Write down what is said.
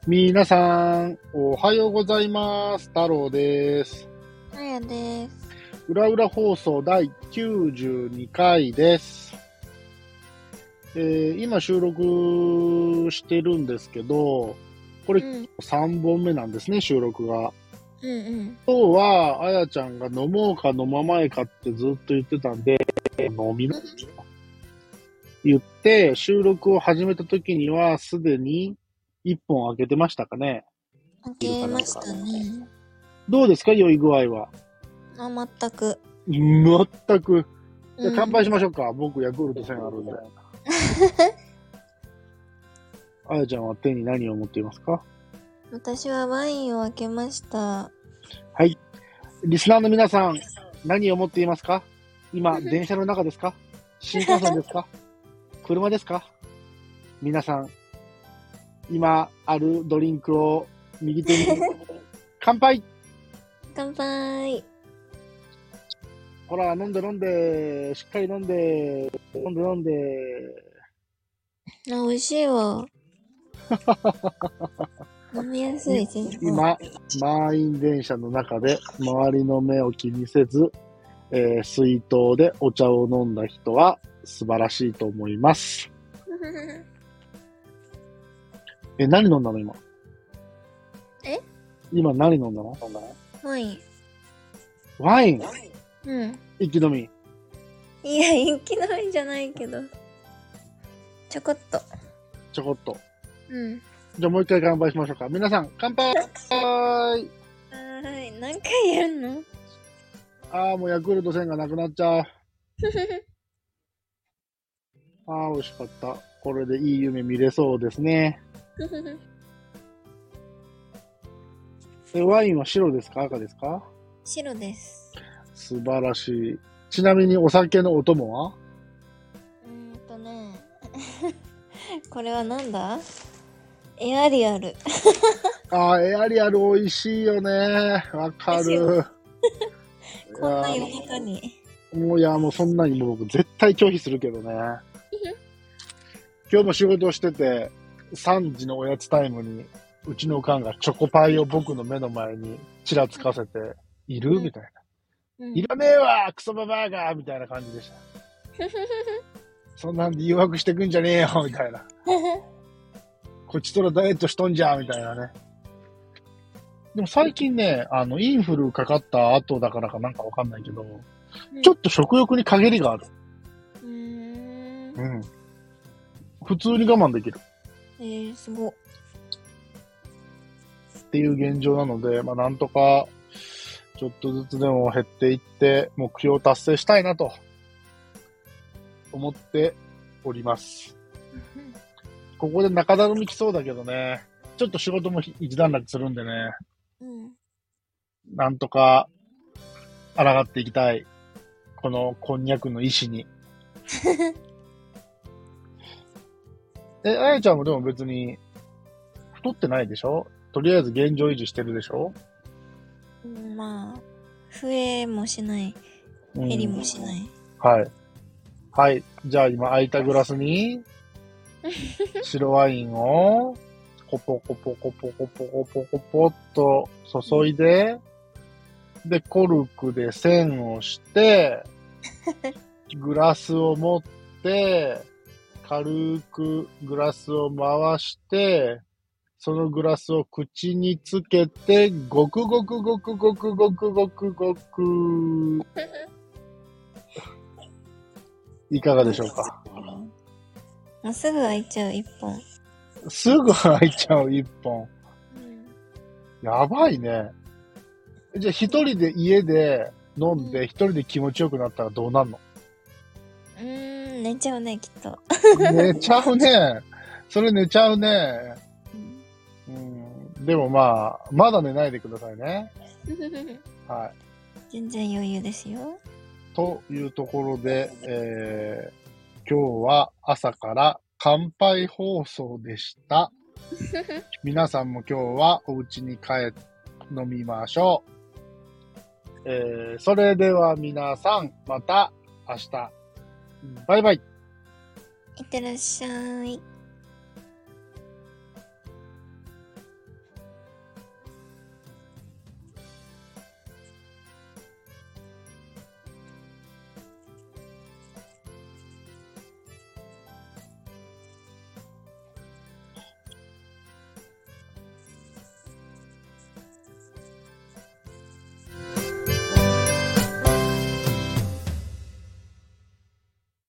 皆さん、おはようございます。太郎です。 あやです。 うらうら放送第92回です。今収録してるんですけど、これうん。 3本目なんですね、収録が。 うんうん。 今日は、あやちゃんが飲もうか飲まないかってずっと言ってたんで、飲みなと言って、収録を始めた時にはすでに1本開けてましたかね。 開いるかけましなんか。 たね。 どうですか、酔い具合は。 あ、全く。 全く。じゃあ乾杯うん。 しましょうか。僕、ヤクルト1000あるんで。あやちゃんは手に何を持っていますか？ 私はワインを開けました。 はい。リスナーの皆さん、何を持っていますか？今、電車の中ですか？新幹線ですか？車ですか？皆さん、今あるドリンクを右手に乾杯。 乾杯。 ほら、飲んで飲んで、しっかり飲んで、飲んで飲んで。 あ、美味しいわ。飲みやすい、全然。 今、満員電車の中で周りの目を気にせず、水筒でお茶を飲んだ人は素晴らしいと思います。何飲んだの今？ え？ 今何飲んだの？ ワイン。 ワイン。 うん。 一気飲み。 いや、一気飲みじゃないけど。ちょこっと。 ちょこっと。 うん。 じゃあもう一回乾杯しましょうか。皆さん、乾杯。 はーい。何回やるの？ ああ、もうヤクルト1000がなくなっちゃう。ああ、美味しかった。これでいい夢見れそうですね。ワインは白ですか？赤ですか？ 白です。 素晴らしい。ちなみにお酒のお供は？ ね。これはなんだ？エアリアル。 ああ、エアリアル美味しいよね。わかる。 こんな夜中に。 もうそんなにもう僕絶対拒否するけどね。今日も仕事をしてて、3時のおやつタイムに、うちのおかんがチョコパイを僕の目の前にちらつかせて、いるみたいな。いらねえわクソババアがみたいな感じでした。そんなんで誘惑してくんじゃねえよみたいな。こっちとらダイエットしとんじゃみたいなね。でも最近ね、インフルかかった後だからかなんかわかんないけど、ちょっと食欲に陰りがある。うん。普通に我慢できる。 すごっ。 っていう現状なので、まあなんとか、ちょっとずつでも減っていって、目標を達成したいなと、思っております。ここで中だるみ来そうだけどね、ちょっと仕事も一段落するんでね、なんとか、抗っていきたい。このこんにゃくの意志に。あやちゃんもでも別に、太ってないでしょ？とりあえず現状維持してるでしょ？ まあ、増えもしない。減りもしない。 はい。はい。じゃあ今空いたグラスに、白ワインを、コポコポコポコポコポコポっと注いで、で、コルクで栓をして、グラスを持って、軽くグラスを回して、そのグラスを口につけて、ごくごくごくごくごくごくごく。いかがでしょうか？ もうすぐ開いちゃう、一本。 すぐ開いちゃう、一本。やばいね。じゃあ一人で家で飲んで、一人で気持ちよくなったらどうなんの？ 寝ちゃうね、きっと。 寝ちゃうね。それ寝ちゃうね。でもまあ、まだ寝ないでくださいね。はい。 全然余裕ですよ。 というところで、今日は朝から乾杯放送でした。皆さんも今日はお家に帰って飲みましょう。それでは皆さん、また明日。バイバイ。 いってらっしゃい。